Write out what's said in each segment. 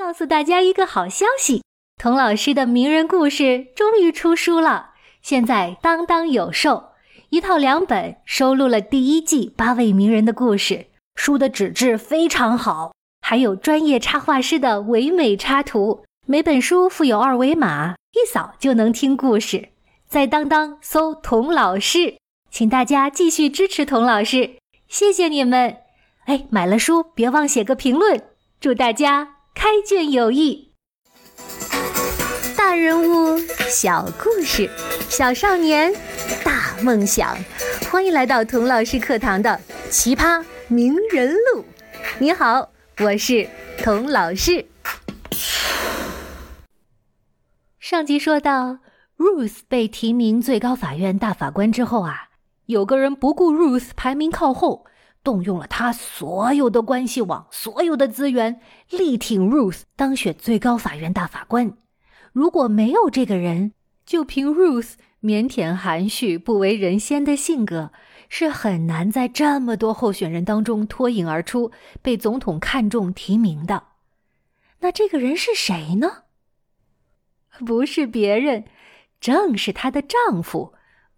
告诉大家一个好消息，童老师的名人故事终于出书了，现在当当有售，一套2本，收录了第1季8位名人的故事，书的纸质非常好，还有专业插画师的唯美插图，每本书附有2维码，一扫就能听故事。在当当搜童老师，请大家继续支持童老师，谢谢你们。买了书别忘写个评论，祝大家开卷有益。大人物小故事，小少年大梦想，欢迎来到童老师课堂的奇葩名人录。你好，我是童老师。上集说到 Ruth 被提名最高法院大法官之后有个人不顾 Ruth 排名靠后，动用了他所有的关系网，所有的资源，力挺 Ruth 当选最高法院大法官。如果没有这个人，就凭 Ruth 腼腆含蓄、不为人先的性格，是很难在这么多候选人当中脱颖而出，被总统看中提名的。那这个人是谁呢？不是别人，正是她的丈夫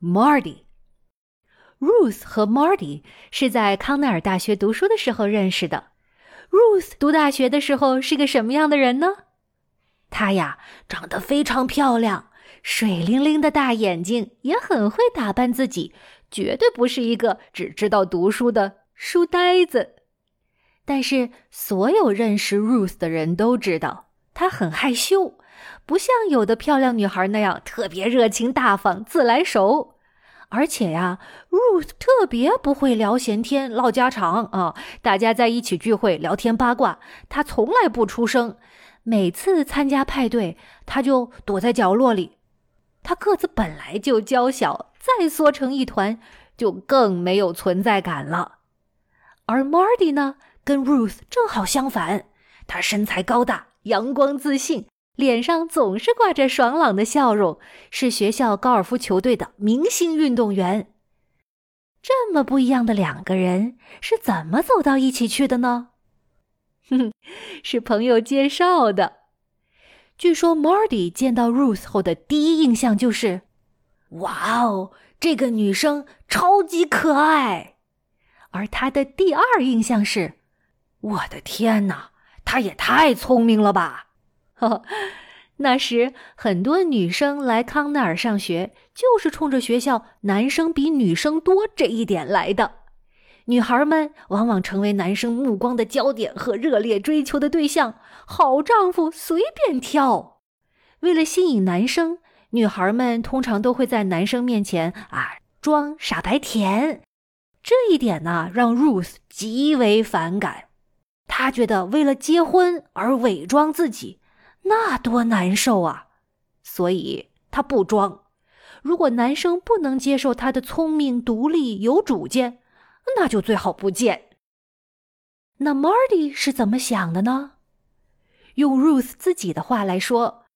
Marty。Ruth 和 Marty 是在康奈尔大学读书的时候认识的。Ruth 读大学的时候是个什么样的人呢？她长得非常漂亮，水灵灵的大眼睛，也很会打扮自己，绝对不是一个只知道读书的书呆子。但是所有认识 Ruth 的人都知道，她很害羞，不像有的漂亮女孩那样特别热情大方、自来熟。而且Ruth 特别不会聊闲天、唠家常大家在一起聚会聊天八卦，她从来不出声。每次参加派对，她就躲在角落里。她个子本来就娇小，再缩成一团，就更没有存在感了。而 Marty 呢，跟 Ruth 正好相反，她身材高大，阳光自信，脸上总是挂着爽朗的笑容，是学校高尔夫球队的明星运动员。这么不一样的2个人，是怎么走到一起去的呢？是朋友介绍的。据说 Marty 见到 Ruth 后的第一印象就是，哇哦，这个女生超级可爱。而他的第2印象是，我的天哪，她也太聪明了吧。那时很多女生来康奈尔上学，就是冲着学校男生比女生多这一点来的。女孩们往往成为男生目光的焦点和热烈追求的对象，好丈夫随便挑。为了吸引男生，女孩们通常都会在男生面前装傻白甜。这一点让 Ruth 极为反感。她觉得为了结婚而伪装自己，那多难受所以她不装。如果男生不能接受她的聪明、独立、有主见，那就最好不见。那 Marty 是怎么想的呢？用 Ruth 自己的话来说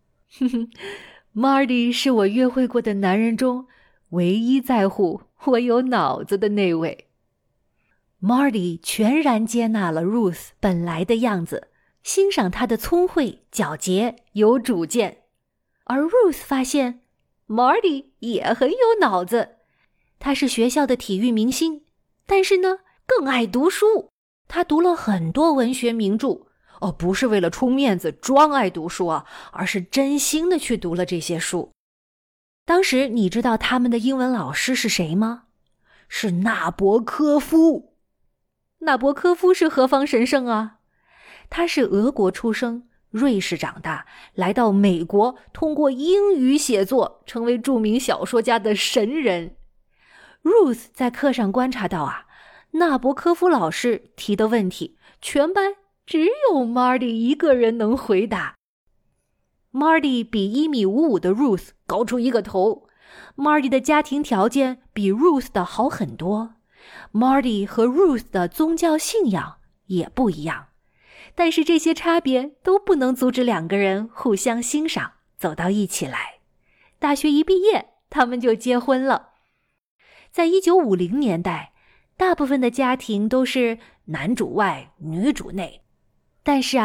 ，Marty 是我约会过的男人中唯一在乎我有脑子的那位。Marty 全然接纳了 Ruth 本来的样子，欣赏她的聪慧、皎洁、有主见。而 Ruth 发现 Marty 也很有脑子，他是学校的体育明星，但是呢，更爱读书。他读了很多文学名著，不是为了充面子装爱读书而是真心的去读了这些书。当时你知道他们的英文老师是谁吗？是纳博科夫。纳博科夫是何方神圣他是俄国出生，瑞士长大，来到美国，通过英语写作成为著名小说家的神人。Ruth 在课上观察到纳博科夫老师提的问题，全班只有 Marty 一个人能回答。Marty 比1.55米的 Ruth 高出一个头。Marty 的家庭条件比 Ruth 的好很多。Marty 和 Ruth 的宗教信仰也不一样，但是这些差别都不能阻止2个人互相欣赏，走到一起来。大学一毕业，他们就结婚了。在1950年代，大部分的家庭都是男主外女主内，但是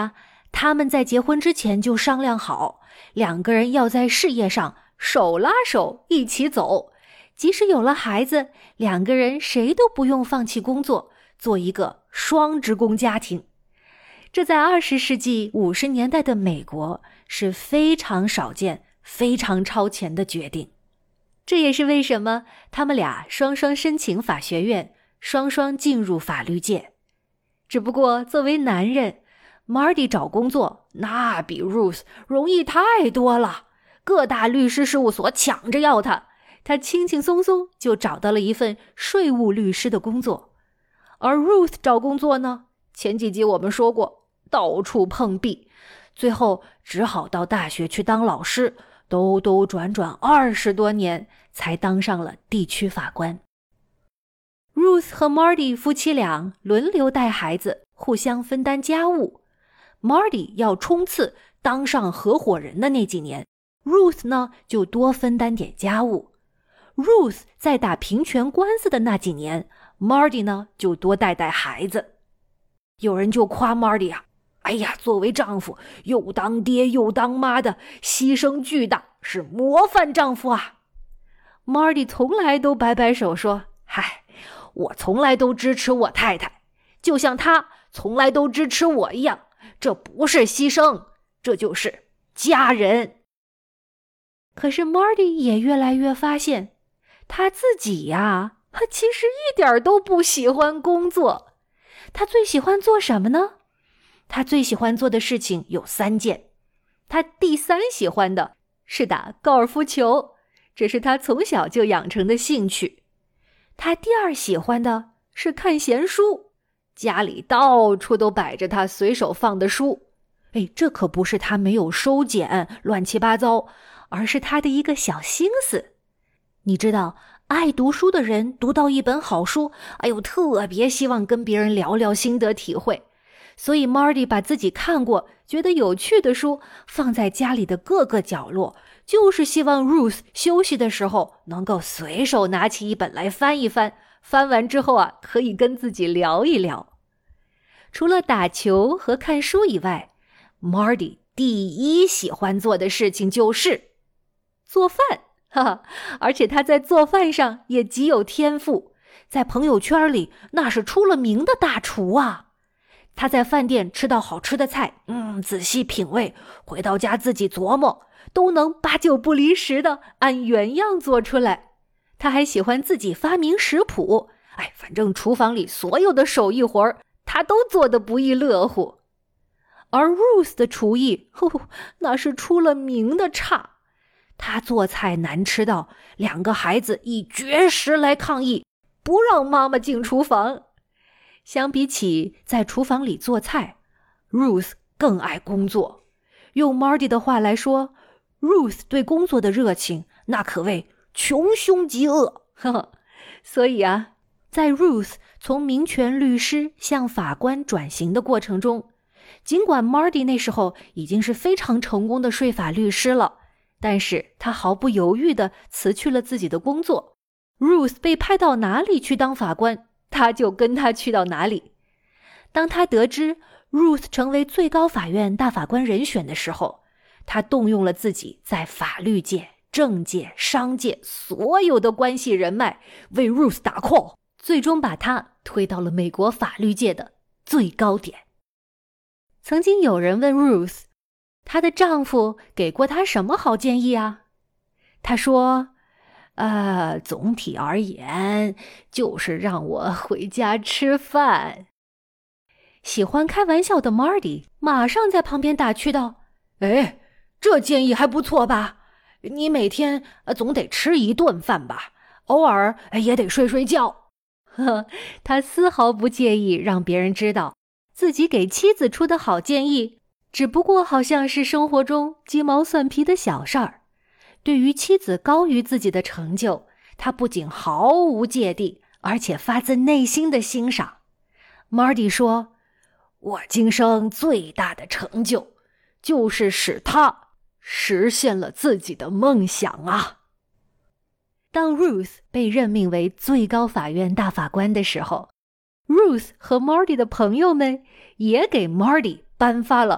他们在结婚之前就商量好，两个人要在事业上手拉手一起走，即使有了孩子，两个人谁都不用放弃工作，做一个双职工家庭。这在20世纪50年代的美国是非常少见、非常超前的决定。这也是为什么他们俩双双申请法学院，双双进入法律界。只不过作为男人， Marty 找工作那比 Ruth 容易太多了，各大律师事务所抢着要他，他轻轻松松就找到了一份税务律师的工作。而 Ruth 找工作呢，前几集我们说过，到处碰壁，最后只好到大学去当老师，兜兜转转20多年才当上了地区法官。Ruth 和 Marty 夫妻俩轮流带孩子，互相分担家务。Marty 要冲刺当上合伙人的那几年， Ruth 呢就多分担点家务。Ruth 在打平权官司的那几年， Marty 呢就多带带孩子。有人就夸 Marty 啊，哎呀，作为丈夫又当爹又当妈的，牺牲巨大，是模范丈夫啊。Marty 从来都摆摆手说，嗨，我从来都支持我太太，就像她从来都支持我一样，这不是牺牲，这就是家人。可是 Marty 也越来越发现，他自己呀，其实一点都不喜欢工作。他最喜欢做什么呢？他最喜欢做的事情有3件。他第3喜欢的是打高尔夫球，这是他从小就养成的兴趣。他第2喜欢的是看闲书，家里到处都摆着他随手放的书。这可不是他没有收捡乱七八糟，而是他的一个小心思。你知道，爱读书的人读到一本好书，特别希望跟别人聊聊心得体会。所以 Marty 把自己看过觉得有趣的书放在家里的各个角落，就是希望 Ruth 休息的时候能够随手拿起一本来翻一翻，翻完之后可以跟自己聊一聊。除了打球和看书以外， Marty 第1喜欢做的事情就是做饭，而且他在做饭上也极有天赋，在朋友圈里那是出了名的大厨啊。他在饭店吃到好吃的菜，仔细品味，回到家自己琢磨，都能8九不离10的按原样做出来。他还喜欢自己发明食谱，反正厨房里所有的手艺活他都做得不亦乐乎。而 Ruth 的厨艺，那是出了名的差。他做菜难吃到2个孩子以绝食来抗议，不让妈妈进厨房。相比起在厨房里做菜， Ruth 更爱工作。用 Marty 的话来说， Ruth 对工作的热情那可谓穷凶极恶。所以在 Ruth 从民权律师向法官转型的过程中，尽管 Marty 那时候已经是非常成功的税法律师了，但是他毫不犹豫地辞去了自己的工作。 Ruth 被派到哪里去当法官，他就跟他去到哪里。当他得知 Ruth 成为最高法院大法官人选的时候，他动用了自己在法律界、政界、商界所有的关系人脉，为 Ruth 打 call， 最终把他推到了美国法律界的最高点。曾经有人问 Ruth， 她的丈夫给过她什么好建议啊？她说，总体而言，就是让我回家吃饭。喜欢开玩笑的 Marty 马上在旁边打趣道，这建议还不错吧？你每天总得吃1顿饭吧，偶尔也得睡睡觉。他丝毫不介意让别人知道自己给妻子出的好建议，只不过好像是生活中鸡毛蒜皮的小事儿。对于妻子高于自己的成就，他不仅毫无芥蒂，而且发自内心的欣赏。Marty 说，我今生最大的成就，就是使他实现了自己的梦想啊。当 Ruth 被任命为最高法院大法官的时候， Ruth 和 Marty 的朋友们也给 Marty 颁发了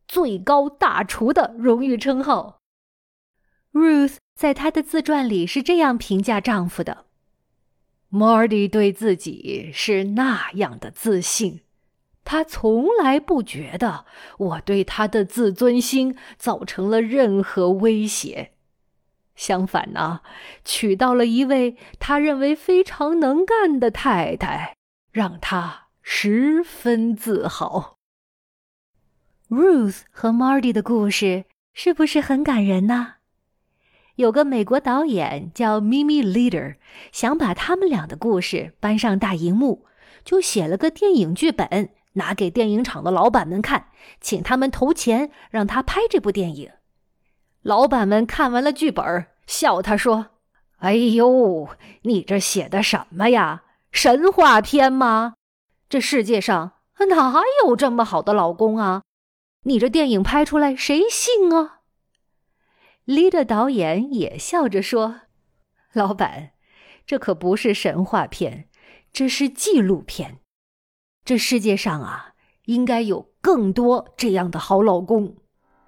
最高大厨的荣誉称号。Ruth 在她的自传里是这样评价丈夫的：Marty 对自己是那样的自信，他从来不觉得我对他的自尊心造成了任何威胁。相反呢，娶到了一位他认为非常能干的太太，让他十分自豪。Ruth 和 Marty 的故事是不是很感人呢？有个美国导演叫 Mimi Leder， 想把他们俩的故事搬上大荧幕，就写了个电影剧本，拿给电影厂的老板们看，请他们投钱让他拍这部电影。老板们看完了剧本，笑他说：“哎呦，你这写的什么呀？神话片吗？这世界上哪有这么好的老公啊？你这电影拍出来谁信啊？” Leder 导演也笑着说：“老板，这可不是神话片，这是纪录片。这世界上啊，应该有更多这样的好老公。”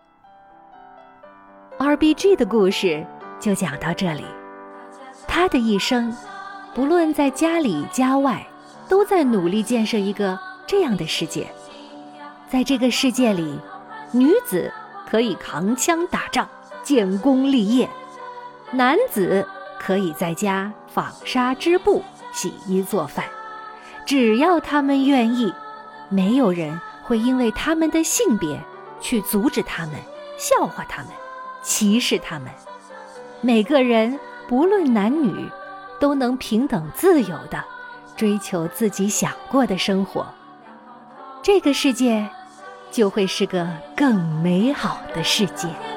RBG 的故事就讲到这里。他的一生，不论在家里家外，都在努力建设一个这样的世界。在这个世界里，女子可以扛枪打仗，建功立业，男子可以在家纺纱织布，洗衣做饭。只要他们愿意，没有人会因为他们的性别去阻止他们，笑话他们，歧视他们。每个人不论男女，都能平等自由地追求自己想过的生活。这个世界就会是个更美好的世界。